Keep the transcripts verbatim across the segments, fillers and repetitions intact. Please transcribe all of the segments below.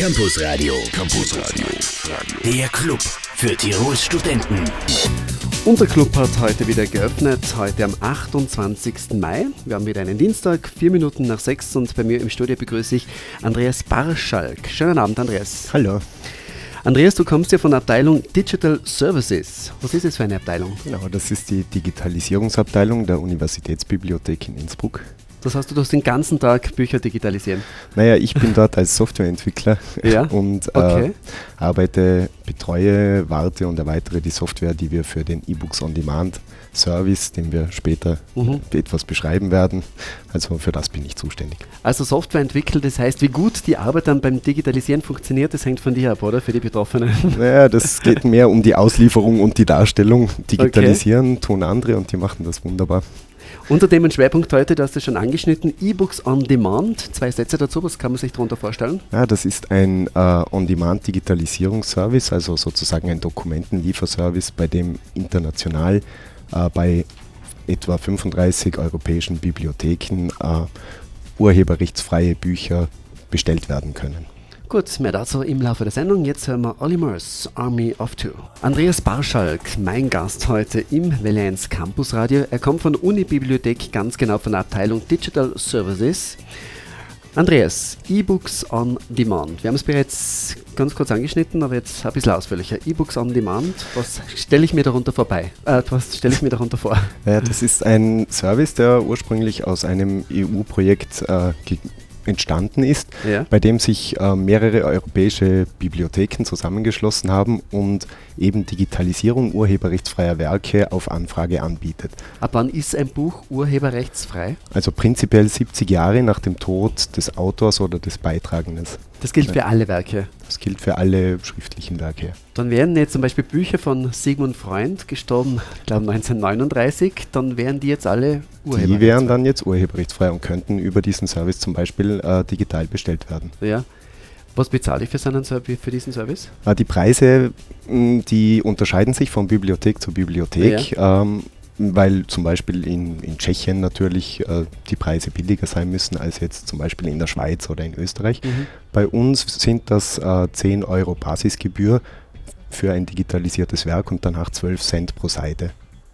Campus Radio. Campus Radio. Der Club für Tirols Studenten. Unser Club hat heute wieder geöffnet, heute am achtundzwanzigsten Mai. Wir haben wieder einen Dienstag, vier Minuten nach sechs und bei mir im Studio begrüße ich Andreas Barschalk. Schönen Abend, Andreas. Hallo. Andreas, du kommst ja von der Abteilung Digital Services. Was ist das für eine Abteilung? Genau, das ist die Digitalisierungsabteilung der Universitätsbibliothek in Innsbruck. Das heißt, du darfst den ganzen Tag Bücher digitalisieren? Naja, ich bin dort als Softwareentwickler ja? und okay. äh, arbeite, betreue, warte und erweitere die Software, die wir für den E-Books on Demand Service, den wir später mhm. etwas beschreiben werden. Also für das bin ich zuständig. Also Software entwickelt, das heißt, wie gut die Arbeit dann beim Digitalisieren funktioniert, das hängt von dir ab, oder? Für die Betroffenen? Naja, das geht mehr um die Auslieferung und die Darstellung. Digitalisieren okay. tun andere und die machen das wunderbar. Unter dem Schwerpunkt heute, du hast es schon angeschnitten, E-Books on Demand. Zwei Sätze dazu, was kann man sich darunter vorstellen? Ja, das ist ein äh, On-Demand-Digitalisierungsservice, also sozusagen ein Dokumentenlieferservice, bei dem international äh, bei etwa fünfunddreißig europäischen Bibliotheken äh, urheberrechtsfreie Bücher bestellt werden können. Gut, mehr dazu im Laufe der Sendung. Jetzt hören wir Olimers Army of Two. Andreas Barschalk, mein Gast heute im Welle eins Campus Radio. Er kommt von Unibibliothek, ganz genau von der Abteilung Digital Services. Andreas, E-Books on Demand. Wir haben es bereits ganz kurz angeschnitten, aber jetzt ein bisschen ausführlicher. E-Books on Demand, was stelle ich mir darunter vorbei? Äh, was stelle ich mir darunter vor? Ja, das ist ein Service, der ursprünglich aus einem E U-Projekt äh, ge- entstanden ist, ja. bei dem sich äh, mehrere europäische Bibliotheken zusammengeschlossen haben und eben Digitalisierung urheberrechtsfreier Werke auf Anfrage anbietet. Ab wann ist ein Buch urheberrechtsfrei? Also prinzipiell siebzig Jahre nach dem Tod des Autors oder des Beitragenden. Das gilt für alle Werke? Das gilt für alle schriftlichen Werke. Dann wären jetzt zum Beispiel Bücher von Sigmund Freud, gestorben, ich glaube neunzehnhundertneununddreißig, dann wären die jetzt alle urheberrechtsfrei? Die wären dann jetzt urheberrechtsfrei und könnten über diesen Service zum Beispiel äh, digital bestellt werden. Ja. Was bezahle ich für, seinen, für diesen Service? Äh, die Preise, mh, die unterscheiden sich von Bibliothek zu Bibliothek. Ja. Ähm, weil zum Beispiel in, in Tschechien natürlich äh, die Preise billiger sein müssen als jetzt zum Beispiel in der Schweiz oder in Österreich. Mhm. Bei uns sind das äh, zehn Euro Basisgebühr für ein digitalisiertes Werk und danach zwölf Cent pro Seite.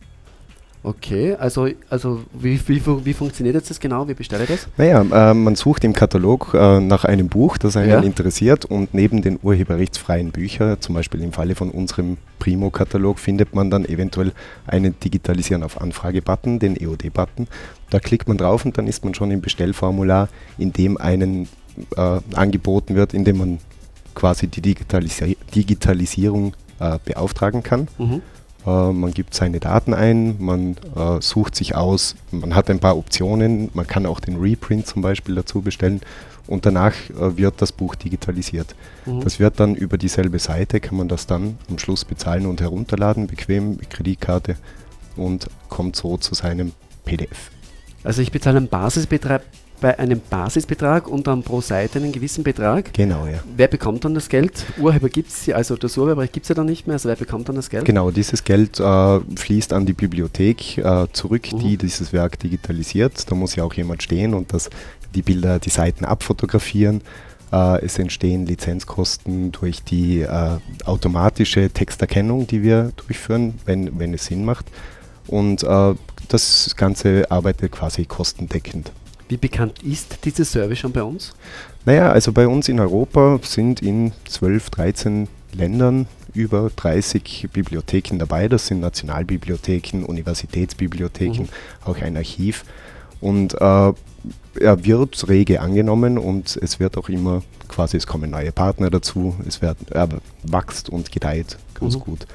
Okay, also, also wie, wie, wie funktioniert jetzt das genau? Wie bestelle ich das? Naja, äh, man sucht im Katalog äh, nach einem Buch, das einen ja. interessiert, und neben den urheberrechtsfreien Büchern, zum Beispiel im Falle von unserem Primo-Katalog, findet man dann eventuell einen Digitalisieren auf Anfrage-Button, den E O D-Button. Da klickt man drauf und dann ist man schon im Bestellformular, in dem einen äh, angeboten wird, in dem man quasi die Digitalisi- Digitalisierung äh, beauftragen kann. Mhm. Uh, man gibt seine Daten ein, man uh, sucht sich aus, man hat ein paar Optionen, man kann auch den Reprint zum Beispiel dazu bestellen und danach uh, wird das Buch digitalisiert. Mhm. Das wird dann über dieselbe Seite, kann man das dann am Schluss bezahlen und herunterladen, bequem mit Kreditkarte, und kommt so zu seinem P D F. Also ich bezahle einen Basisbetrag bei einem Basisbetrag und dann pro Seite einen gewissen Betrag. Genau, ja. Wer bekommt dann das Geld? Urheber gibt es ja, also das Urheberrecht gibt es ja dann nicht mehr, also wer bekommt dann das Geld? Genau, dieses Geld äh, fließt an die Bibliothek äh, zurück, mhm. die dieses Werk digitalisiert. Da muss ja auch jemand stehen und das, die Bilder, die Seiten abfotografieren. Äh, es entstehen Lizenzkosten durch die äh, automatische Texterkennung, die wir durchführen, wenn, wenn es Sinn macht. Und äh, das Ganze arbeitet quasi kostendeckend. Wie bekannt ist dieses Service schon bei uns? Naja, also bei uns in Europa sind in zwölf, dreizehn Ländern über dreißig Bibliotheken dabei. Das sind Nationalbibliotheken, Universitätsbibliotheken, mhm. auch ein Archiv. Und äh, er wird rege angenommen und es wird auch immer quasi, es kommen neue Partner dazu. Es wird, er wächst und gedeiht ganz mhm. gut.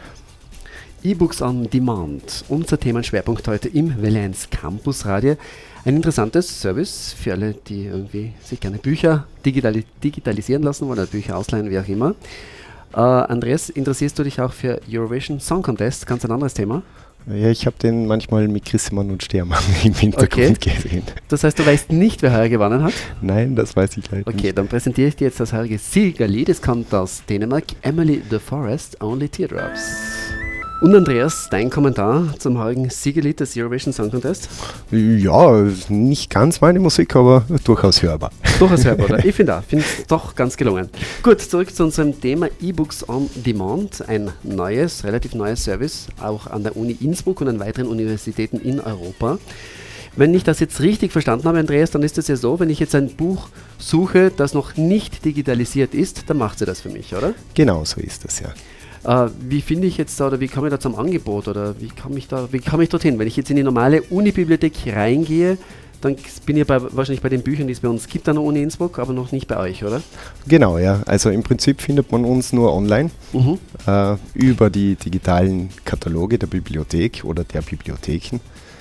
E-Books on Demand, unser Themenschwerpunkt heute im Welle eins Campus Radio. Ein interessantes Service für alle, die irgendwie sich gerne Bücher digital- digitalisieren lassen wollen oder Bücher ausleihen, wie auch immer. Äh, Andreas, interessierst du dich auch für Eurovision Song Contest? Ganz ein anderes Thema. Ja, ich habe den manchmal mit Christemann und Stehrmann im Hintergrund okay. gesehen. Das heißt, du weißt nicht, wer heuer gewonnen hat? Nein, das weiß ich leider okay, nicht. Okay, dann präsentiere ich dir jetzt das heurige Siegerlied. Es kommt aus Dänemark. Emily the Forest, Only Teardrops. Und Andreas, dein Kommentar zum heutigen Siegerlied des Eurovision Song Contest? Ja, nicht ganz meine Musik, aber durchaus hörbar. Durchaus hörbar, oder? Ich finde auch, finde es doch ganz gelungen. Gut, zurück zu unserem Thema E-Books on Demand. Ein neues, relativ neues Service, auch an der Uni Innsbruck und an weiteren Universitäten in Europa. Wenn ich das jetzt richtig verstanden habe, Andreas, dann ist es ja so, wenn ich jetzt ein Buch suche, das noch nicht digitalisiert ist, dann macht sie das für mich, oder? Genau, so ist es, ja. Uh, wie finde ich jetzt da, oder wie komme ich da zum Angebot, oder wie komme ich da, wie komme ich dorthin? Wenn ich jetzt in die normale Uni-Bibliothek reingehe, dann bin ich bei, wahrscheinlich bei den Büchern, die es bei uns gibt an der Uni Innsbruck, aber noch nicht bei euch, oder? Genau, ja. Also im Prinzip findet man uns nur online, Mhm. äh, über die digitalen Kataloge der Bibliothek oder der Bibliotheken.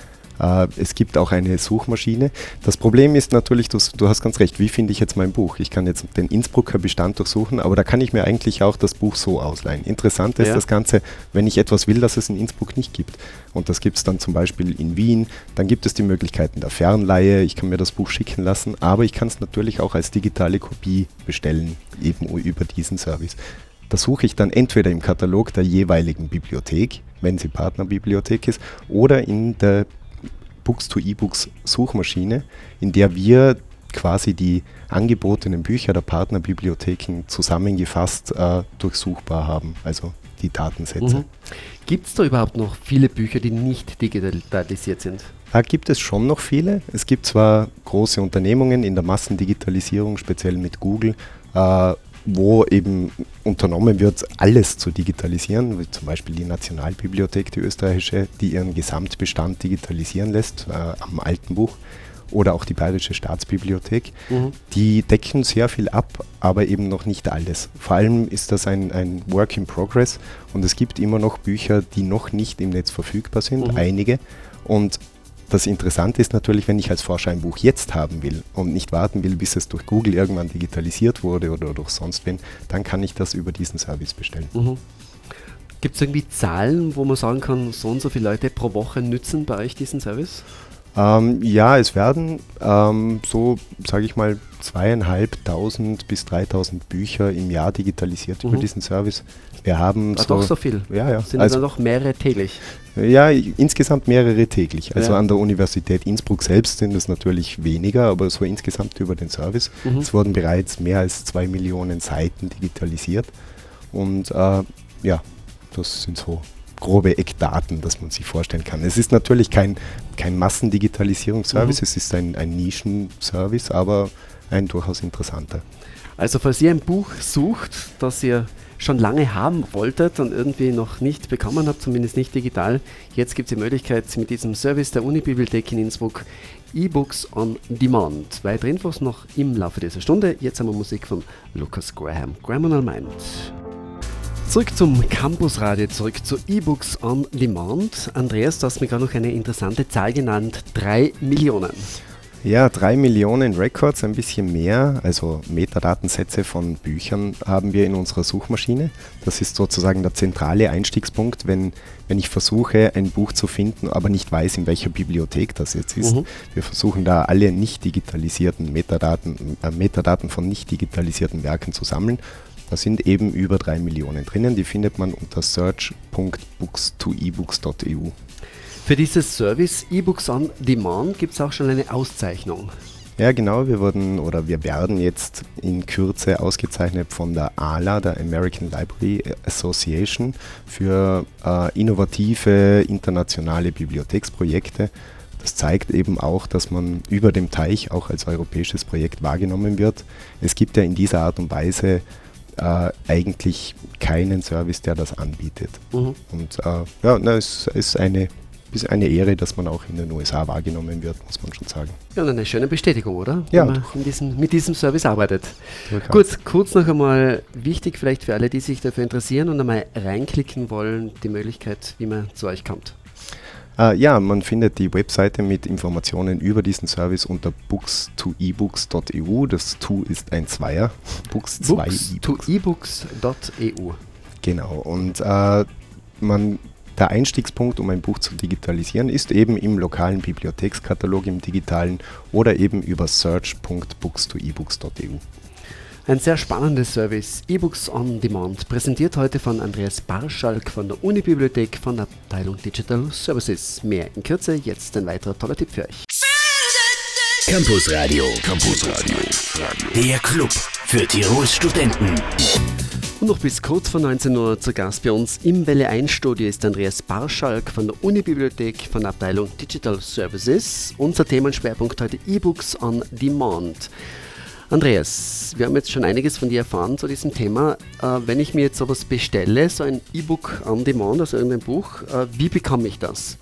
Äh, es gibt auch eine Suchmaschine. Das Problem ist natürlich, du, du hast ganz recht, wie finde ich jetzt mein Buch? Ich kann jetzt den Innsbrucker Bestand durchsuchen, aber da kann ich mir eigentlich auch das Buch so ausleihen. Interessant ist Ja. das Ganze, wenn ich etwas will, das es in Innsbruck nicht gibt. Und das gibt es dann zum Beispiel in Wien. Dann gibt es die Möglichkeiten der Fernleihe. Ich kann mir das Buch schicken lassen, aber ich kann es natürlich auch als digitale Kopie bestellen, eben über diesen Service. Da suche ich dann entweder im Katalog der jeweiligen Bibliothek, wenn sie Partnerbibliothek ist, oder in der Books-to-E-Books Suchmaschine, in der wir quasi die angebotenen Bücher der Partnerbibliotheken zusammengefasst äh, durchsuchbar haben, also die Datensätze. Mhm. Gibt es da überhaupt noch viele Bücher, die nicht digitalisiert sind? Da gibt es schon noch viele. Es gibt zwar große Unternehmungen in der Massendigitalisierung, speziell mit Google, äh, wo eben unternommen wird, alles zu digitalisieren, wie zum Beispiel die Nationalbibliothek, die österreichische, die ihren Gesamtbestand digitalisieren lässt, äh, am alten Buch, oder auch die Bayerische Staatsbibliothek. Mhm. Die decken sehr viel ab, aber eben noch nicht alles. Vor allem ist das ein, ein Work in Progress und es gibt immer noch Bücher, die noch nicht im Netz verfügbar sind, Mhm. einige. Und das Interessante ist natürlich, wenn ich als Forscher ein Buch jetzt haben will und nicht warten will, bis es durch Google irgendwann digitalisiert wurde oder durch sonst wen, dann kann ich das über diesen Service bestellen. Mhm. Gibt es irgendwie Zahlen, wo man sagen kann, so und so viele Leute pro Woche nützen bei euch diesen Service? Ähm, ja, es werden ähm, so, sage ich mal, zweieinhalbtausend bis dreitausend Bücher im Jahr digitalisiert Mhm. über diesen Service. Wir haben Ah, so, doch so viel. Ja, ja. Sind Also, dann doch mehrere täglich. ja, insgesamt mehrere täglich. Also Ja. an der Universität Innsbruck selbst sind es natürlich weniger, aber so insgesamt über den Service. Mhm. Es wurden bereits mehr als zwei Millionen Seiten digitalisiert. Und äh, ja, das sind so grobe Eckdaten, dass man sich vorstellen kann. Es ist natürlich kein, kein Massendigitalisierungsservice, Mhm. es ist ein, ein Nischenservice, aber ein durchaus interessanter. Also falls ihr ein Buch sucht, das ihr schon lange haben wolltet und irgendwie noch nicht bekommen habt, zumindest nicht digital, jetzt gibt es die Möglichkeit mit diesem Service der Unibibliothek in Innsbruck, E-Books on Demand. Weitere Infos noch im Laufe dieser Stunde. Jetzt haben wir Musik von Lucas Graham, Graham on All Mind. Zurück zum Campusradio, zurück zu E-Books on Demand. Andreas, du hast mir gerade noch eine interessante Zahl genannt, drei Millionen. Ja, drei Millionen Records, ein bisschen mehr, also Metadatensätze von Büchern haben wir in unserer Suchmaschine. Das ist sozusagen der zentrale Einstiegspunkt, wenn, wenn ich versuche, ein Buch zu finden, aber nicht weiß, in welcher Bibliothek das jetzt ist. Mhm. Wir versuchen da alle nicht digitalisierten Metadaten, äh, Metadaten von nicht digitalisierten Werken zu sammeln. Da sind eben über drei Millionen drinnen, die findet man unter search punkt books to e books punkt e u. Für dieses Service E-Books on Demand gibt es auch schon eine Auszeichnung. Ja, genau, wir wurden oder wir werden jetzt in Kürze ausgezeichnet von der A L A, der American Library Association, für äh, innovative internationale Bibliotheksprojekte. Das zeigt eben auch, dass man über dem Teich auch als europäisches Projekt wahrgenommen wird. Es gibt ja in dieser Art und Weise äh, eigentlich keinen Service, der das anbietet. Mhm. Und äh, ja, na, es ist eine ist eine Ehre, dass man auch in den U S A wahrgenommen wird, muss man schon sagen. Ja, und eine schöne Bestätigung, oder? Ja, Wenn man in diesem, mit diesem Service arbeitet. Durchaus. Gut, kurz noch einmal wichtig vielleicht für alle, die sich dafür interessieren und einmal reinklicken wollen, die Möglichkeit, wie man zu euch kommt. Äh, ja, man findet die Webseite mit Informationen über diesen Service unter books to e books punkt e u. Das To ist ein Zweier. Books zwei books to e books punkt e u. Genau, und äh, man, der Einstiegspunkt, um ein Buch zu digitalisieren, ist eben im lokalen Bibliothekskatalog, im digitalen oder eben über search punkt books to e books punkt e u. Ein sehr spannendes Service, E-Books on Demand, präsentiert heute von Andreas Barschalk von der Unibibliothek von der Abteilung Digital Services. Mehr in Kürze, jetzt ein weiterer toller Tipp für euch. Campus Radio, Campus Radio, der Club für Tirols Studenten. Und noch bis kurz vor neunzehn Uhr zu Gast bei uns im Welle eins Studio ist Andreas Barschalk von der Unibibliothek von der Abteilung Digital Services. Unser Themenschwerpunkt heute E-Books on Demand. Andreas, wir haben jetzt schon einiges von dir erfahren zu diesem Thema. Äh, wenn ich mir jetzt sowas bestelle, so ein E-Book on Demand, also irgendein Buch, äh, wie bekomme ich das?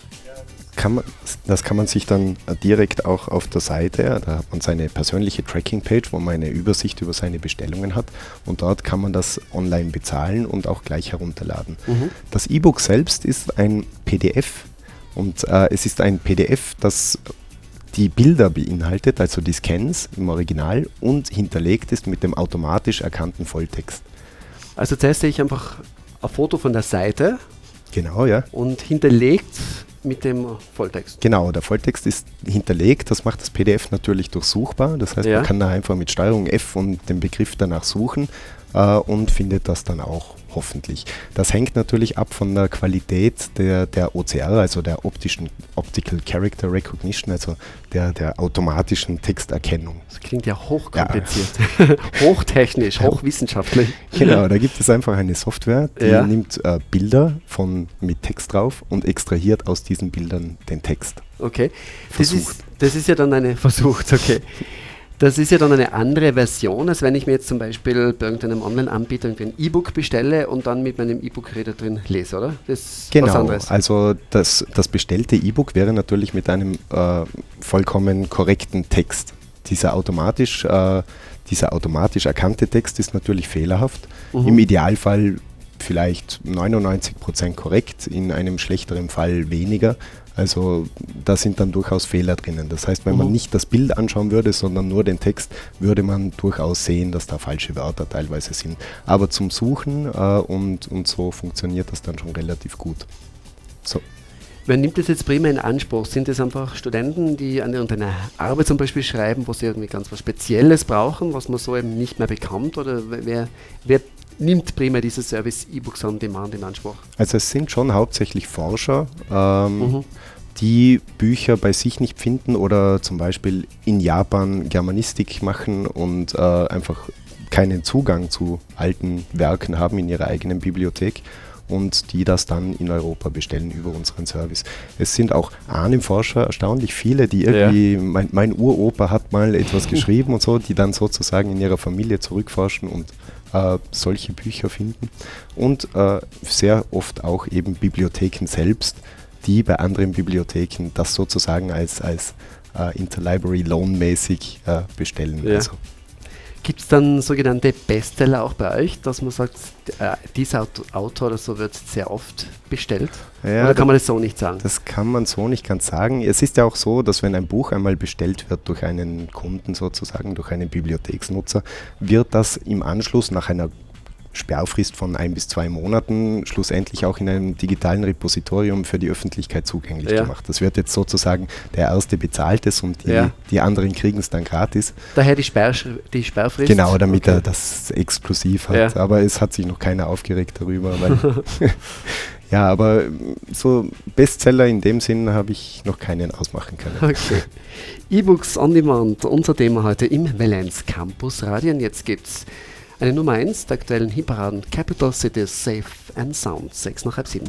Kann man, das kann man sich dann direkt auch auf der Seite, da hat man seine persönliche Tracking-Page, wo man eine Übersicht über seine Bestellungen hat und dort kann man das online bezahlen und auch gleich herunterladen. Mhm. Das E-Book selbst ist ein P D F und äh, es ist ein P D F, das die Bilder beinhaltet, also die Scans im Original und hinterlegt ist mit dem automatisch erkannten Volltext. Also zuerst sehe ich einfach ein Foto von der Seite. Genau, ja. Und hinterlegt mit dem Volltext. Genau, der Volltext ist hinterlegt, das macht das P D F natürlich durchsuchbar. Das heißt, ja. man kann da einfach mit Steuerung F und dem Begriff danach suchen äh, und findet das dann auch hoffentlich. Das hängt natürlich ab von der Qualität der, der O C R, also der optischen Optical Character Recognition, also der, der automatischen Texterkennung. Das klingt ja hochkompliziert, ja. hochtechnisch, hochwissenschaftlich. Genau, da gibt es einfach eine Software, die ja. nimmt äh, Bilder von, mit Text drauf und extrahiert aus diesen Bildern den Text. Okay, das ist, das ist ja dann eine, versucht, okay. Das ist ja dann eine andere Version, als wenn ich mir jetzt zum Beispiel bei irgendeinem Online-Anbieter ein E-Book bestelle und dann mit meinem E-Book-Reader drin lese, oder? Das ist genau, was anderes. Also das, das bestellte E-Book wäre natürlich mit einem äh, vollkommen korrekten Text. Dieser automatisch, äh, dieser automatisch erkannte Text ist natürlich fehlerhaft. Mhm. Im Idealfall vielleicht neunundneunzig Prozent korrekt, in einem schlechteren Fall weniger. Also da sind dann durchaus Fehler drinnen. Das heißt, wenn mhm. man nicht das Bild anschauen würde, sondern nur den Text, würde man durchaus sehen, dass da falsche Wörter teilweise sind. Aber zum Suchen äh, und, und so funktioniert das dann schon relativ gut. So. Wer nimmt das jetzt primär in Anspruch? Sind das einfach Studenten, die an irgendeiner Arbeit zum Beispiel schreiben, wo sie irgendwie ganz was Spezielles brauchen, was man so eben nicht mehr bekommt? Oder wer, wer nimmt primär dieses Service E-Books on Demand in Anspruch? Also es sind schon hauptsächlich Forscher, ähm, mhm. die Bücher bei sich nicht finden oder zum Beispiel in Japan Germanistik machen und äh, einfach keinen Zugang zu alten Werken haben in ihrer eigenen Bibliothek und die das dann in Europa bestellen über unseren Service. Es sind auch Ahnenforscher, erstaunlich viele, die irgendwie, ja. mein, mein Uropa hat mal etwas geschrieben und so, die dann sozusagen in ihrer Familie zurückforschen und äh, solche Bücher finden. Und äh, sehr oft auch eben Bibliotheken selbst, die bei anderen Bibliotheken das sozusagen als, als äh, Interlibrary Loan mäßig äh, bestellen. Ja. Also. Gibt es dann sogenannte Bestseller auch bei euch, dass man sagt, äh, dieser Autor, Autor oder so wird sehr oft bestellt? Ja, oder kann man das so nicht sagen? Das kann man so nicht ganz sagen. Es ist ja auch so, dass wenn ein Buch einmal bestellt wird durch einen Kunden sozusagen, durch einen Bibliotheksnutzer, wird das im Anschluss nach einer Sperrfrist von ein bis zwei Monaten schlussendlich auch in einem digitalen Repositorium für die Öffentlichkeit zugänglich ja. gemacht. Das wird jetzt sozusagen der erste bezahlt es und die, ja. die anderen kriegen es dann gratis. Daher die, Sperr, die Sperrfrist? Genau, damit okay. er das exklusiv hat. Ja. Aber es hat sich noch keiner aufgeregt darüber. Weil ja, aber so Bestseller in dem Sinn habe ich noch keinen ausmachen können. Okay. E-Books on Demand, unser Thema heute im Welle eins Campus Radio. Und jetzt gibt es eine Nummer eins der aktuellen Hitparaden Capital Cities Safe and Sound, sechs nach halb sieben.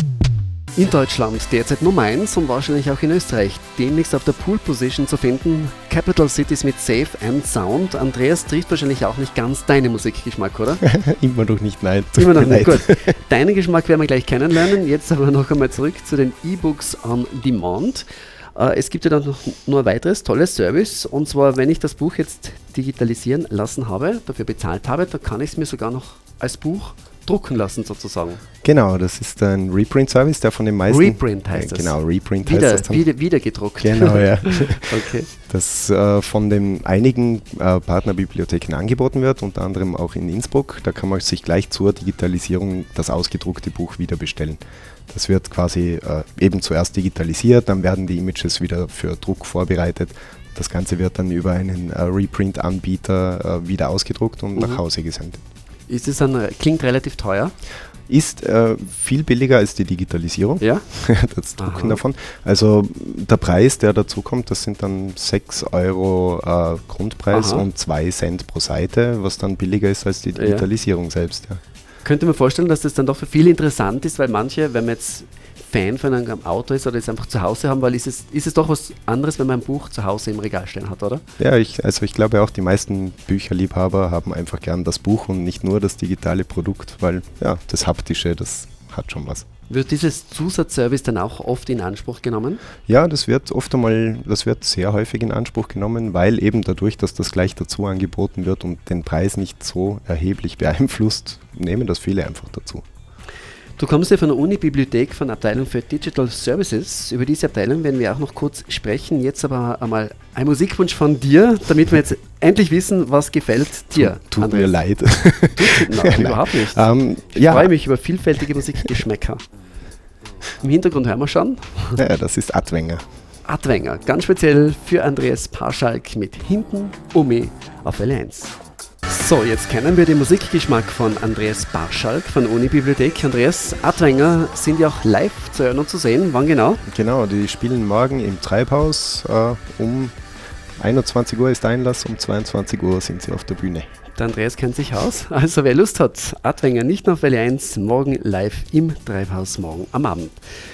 In Deutschland derzeit Nummer eins und wahrscheinlich auch in Österreich demnächst auf der Pole Position zu finden. Capital Cities mit Safe and Sound. Andreas, trifft wahrscheinlich auch nicht ganz deinen Musikgeschmack, oder? Immer noch nicht, nein. Immer noch nicht, gut. Deinen Geschmack werden wir gleich kennenlernen. Jetzt aber noch einmal zurück zu den E-Books on Demand. Es gibt ja dann noch nur ein weiteres tolles Service, und zwar, wenn ich das Buch jetzt digitalisieren lassen habe, dafür bezahlt habe, da kann ich es mir sogar noch als Buch drucken lassen sozusagen. Genau, das ist ein Reprint-Service, der von den meisten... Reprint heißt äh, es. Genau, Reprint wieder, heißt das dann. Wieder, wieder gedruckt. Genau, ja. Okay. Das äh, von den einigen äh, Partnerbibliotheken angeboten wird, unter anderem auch in Innsbruck. Da kann man sich gleich zur Digitalisierung das ausgedruckte Buch wieder bestellen. Das wird quasi äh, eben zuerst digitalisiert, dann werden die Images wieder für Druck vorbereitet das Ganze wird dann über einen äh, Reprint-Anbieter äh, wieder ausgedruckt und mhm. nach Hause gesendet. Ist es dann, klingt relativ teuer? Ist äh, viel billiger als die Digitalisierung, ja? das Drucken davon. Also der Preis, der dazu kommt, das sind dann sechs Euro äh, Grundpreis Aha. und zwei Cent pro Seite, was dann billiger ist als die Digitalisierung ja. selbst. Ja. Könnte man vorstellen, dass das dann doch für viele interessant ist, weil manche, wenn man jetzt Fan von einem Auto ist oder es einfach zu Hause haben, weil ist es, ist es doch was anderes, wenn man ein Buch zu Hause im Regal stehen hat, oder? Ja, ich, also ich glaube auch die meisten Bücherliebhaber haben einfach gern das Buch und nicht nur das digitale Produkt, weil ja, das Haptische, das hat schon was. Wird dieses Zusatzservice dann auch oft in Anspruch genommen? Ja, das wird oft einmal, das wird sehr häufig in Anspruch genommen, weil eben dadurch, dass das gleich dazu angeboten wird und den Preis nicht so erheblich beeinflusst, nehmen das viele einfach dazu. Du kommst ja von der Uni-Bibliothek, von der Abteilung für Digital Services. Über diese Abteilung werden wir auch noch kurz sprechen. Jetzt aber einmal ein Musikwunsch von dir, damit wir jetzt endlich wissen, was gefällt dir. Tut, tut mir leid. Tut, nein, überhaupt nicht. Um, ich ja. freue mich über vielfältige Musikgeschmäcker. Im Hintergrund hören wir schon. Ja, das ist Adwenger. Adwenger, ganz speziell für Andreas Parschalk mit Hinten Umi auf Welle eins. So, jetzt kennen wir den Musikgeschmack von Andreas Parschalk von der Uni-Bibliothek. Andreas, Adwenger sind ja auch live zu hören und zu sehen. Wann genau? Genau, die spielen morgen im Treibhaus. Äh, um einundzwanzig Uhr ist Einlass, um zweiundzwanzig Uhr sind sie auf der Bühne. Der Andreas kennt sich aus. Also wer Lust hat, Adwenger nicht nur auf Welle eins, morgen live im Treibhaus, morgen am Abend.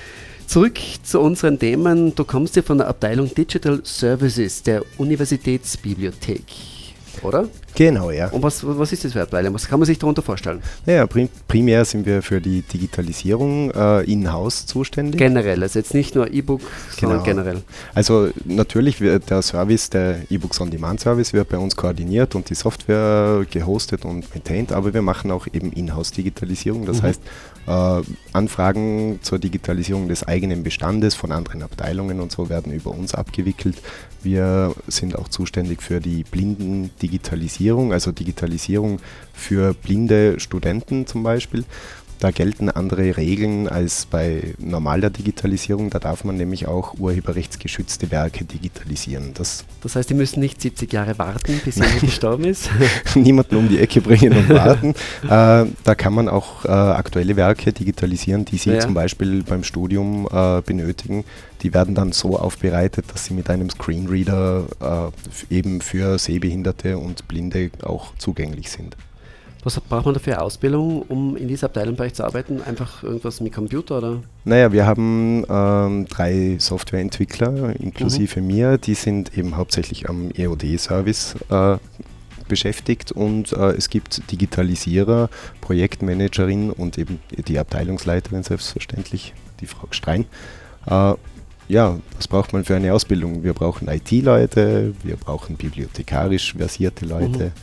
Zurück zu unseren Themen. Du kommst ja von der Abteilung Digital Services der Universitätsbibliothek, oder? Genau, ja. Und was, was ist das für eine Abteilung? Was kann man sich darunter vorstellen? Naja, prim, primär sind wir für die Digitalisierung äh, in-house zuständig. Generell, also jetzt nicht nur E-Book, sondern genau. generell. Also natürlich wird der Service, der E-Books on Demand Service wird bei uns koordiniert und die Software gehostet und maintained, aber wir machen auch eben In-house-Digitalisierung. Das mhm. heißt, äh, Anfragen zur Digitalisierung des eigenen Bestandes von anderen Abteilungen und so werden über uns abgewickelt. Wir sind auch zuständig für die Blinden-Digitalisierung, also Digitalisierung für blinde Studenten zum Beispiel. Da gelten andere Regeln als bei normaler Digitalisierung. Da darf man nämlich auch urheberrechtsgeschützte Werke digitalisieren. Das, das heißt, die müssen nicht siebzig Jahre warten, bis jemand gestorben ist? Niemanden um die Ecke bringen und warten. Äh, da kann man auch äh, aktuelle Werke digitalisieren, die Sie ja. zum Beispiel beim Studium äh, benötigen. Die werden dann so aufbereitet, dass sie mit einem Screenreader äh, eben für Sehbehinderte und Blinde auch zugänglich sind. Was braucht man dafür Ausbildung, um in dieser Abteilung bei euch zu arbeiten? Einfach irgendwas mit Computer oder? Naja, wir haben ähm, drei Softwareentwickler inklusive mhm. mir, die sind eben hauptsächlich am E O D-Service äh, beschäftigt und äh, es gibt Digitalisierer, Projektmanagerin und eben die Abteilungsleiterin selbstverständlich, die Frau Gstrein. Äh, ja, was braucht man für eine Ausbildung? Wir brauchen I T-Leute, wir brauchen bibliothekarisch versierte Leute. Mhm.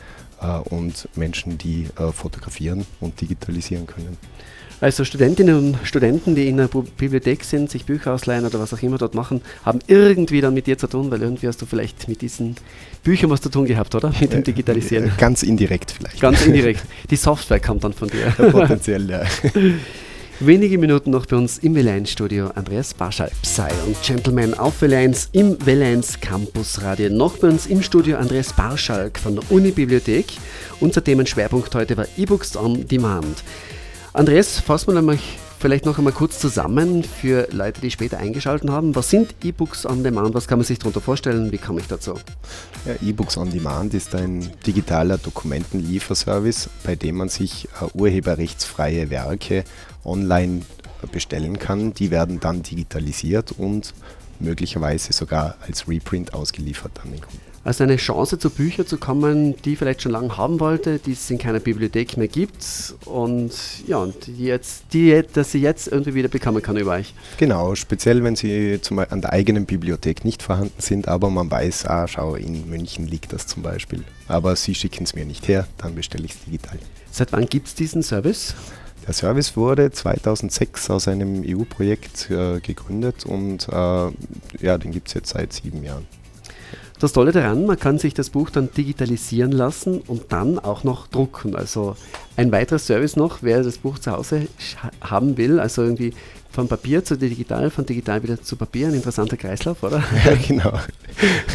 und Menschen, die äh, fotografieren und digitalisieren können. Also Studentinnen und Studenten, die in der Bibliothek sind, sich Bücher ausleihen oder was auch immer dort machen, haben irgendwie dann mit dir zu tun, weil irgendwie hast du vielleicht mit diesen Büchern was zu tun gehabt, oder? Mit dem Digitalisieren. Äh, ganz indirekt vielleicht. Ganz indirekt. Die Software kommt dann von dir. Ja, potenziell, ja. Wenige Minuten noch bei uns im Welle eins Studio. Andreas Parschalk, Psy und Gentleman auf Welle eins im Welle eins Campus Radio. Noch bei uns im Studio Andreas Parschalk von der Uni-Bibliothek. Unser Themenschwerpunkt heute war E-Books on Demand. Andreas, fassen wir einmal vielleicht noch einmal kurz zusammen für Leute, die später eingeschaltet haben. Was sind E-Books on Demand? Was kann man sich darunter vorstellen? Wie komme ich dazu? Ja, E-Books on Demand ist ein digitaler Dokumentenlieferservice, bei dem man sich uh, urheberrechtsfreie Werke online bestellen kann. Die werden dann digitalisiert und möglicherweise sogar als Reprint ausgeliefert an den Kunden. Also eine Chance, zu Büchern zu kommen, die vielleicht schon lange haben wollte, die es in keiner Bibliothek mehr gibt und ja, und die jetzt, die, dass sie jetzt irgendwie wieder bekommen kann über euch. Genau, speziell wenn sie zum, an der eigenen Bibliothek nicht vorhanden sind, aber man weiß, ah, schau, in München liegt das zum Beispiel, aber sie schicken es mir nicht her, dann bestelle ich es digital. Seit wann gibt es diesen Service? Der Service wurde zweitausendsechs aus einem E U-Projekt äh, gegründet und äh, ja, den gibt es jetzt seit sieben Jahren. Das Tolle daran, man kann sich das Buch dann digitalisieren lassen und dann auch noch drucken. Also ein weiterer Service noch, wer das Buch zu Hause haben will, also irgendwie von Papier zu digital, von digital wieder zu Papier, ein interessanter Kreislauf, oder? Ja, genau.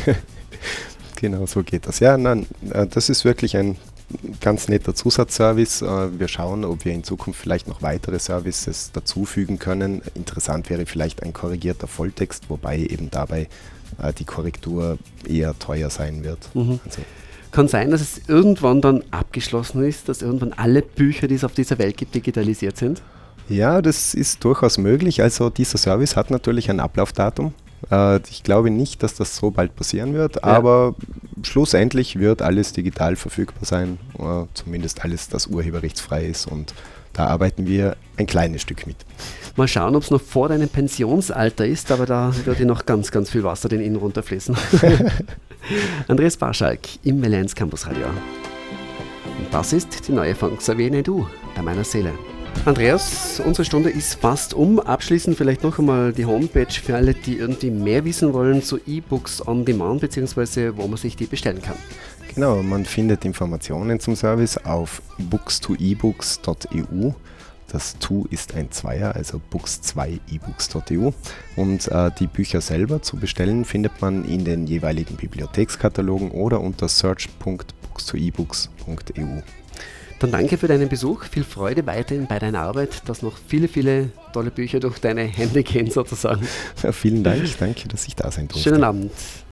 Genau, so geht das. Ja, nein, das ist wirklich ein ganz netter Zusatzservice. Wir schauen, ob wir in Zukunft vielleicht noch weitere Services dazufügen können. Interessant wäre vielleicht ein korrigierter Volltext, wobei eben dabei die Korrektur eher teuer sein wird. Mhm. Also kann sein, dass es irgendwann dann abgeschlossen ist, dass irgendwann alle Bücher, die es auf dieser Welt gibt, digitalisiert sind? Ja, das ist durchaus möglich. Also dieser Service hat natürlich ein Ablaufdatum. Ich glaube nicht, dass das so bald passieren wird, ja. aber schlussendlich wird alles digital verfügbar sein, zumindest alles, das urheberrechtsfrei ist, und da arbeiten wir ein kleines Stück mit. Mal schauen, ob es noch vor deinem Pensionsalter ist, aber da wird dir noch ganz, ganz viel Wasser den Inn runterfließen. Andreas Barschalk im Welle eins Campus Radio. Und das ist die neue Funksaviene Du bei meiner Seele. Andreas, unsere Stunde ist fast um. Abschließend vielleicht noch einmal die Homepage für alle, die irgendwie mehr wissen wollen zu E-Books on Demand, beziehungsweise wo man sich die bestellen kann. Genau, man findet Informationen zum Service auf books to e books dot e u. Das To ist ein Zweier, also books zwei e books dot e u. Und äh, die Bücher selber zu bestellen findet man in den jeweiligen Bibliothekskatalogen oder unter search punkt books to e books punkt e u. Dann danke für deinen Besuch, viel Freude weiterhin bei deiner Arbeit, dass noch viele, viele tolle Bücher durch deine Hände gehen sozusagen. Ja, vielen Dank, danke, dass ich da sein durfte. Schönen Abend.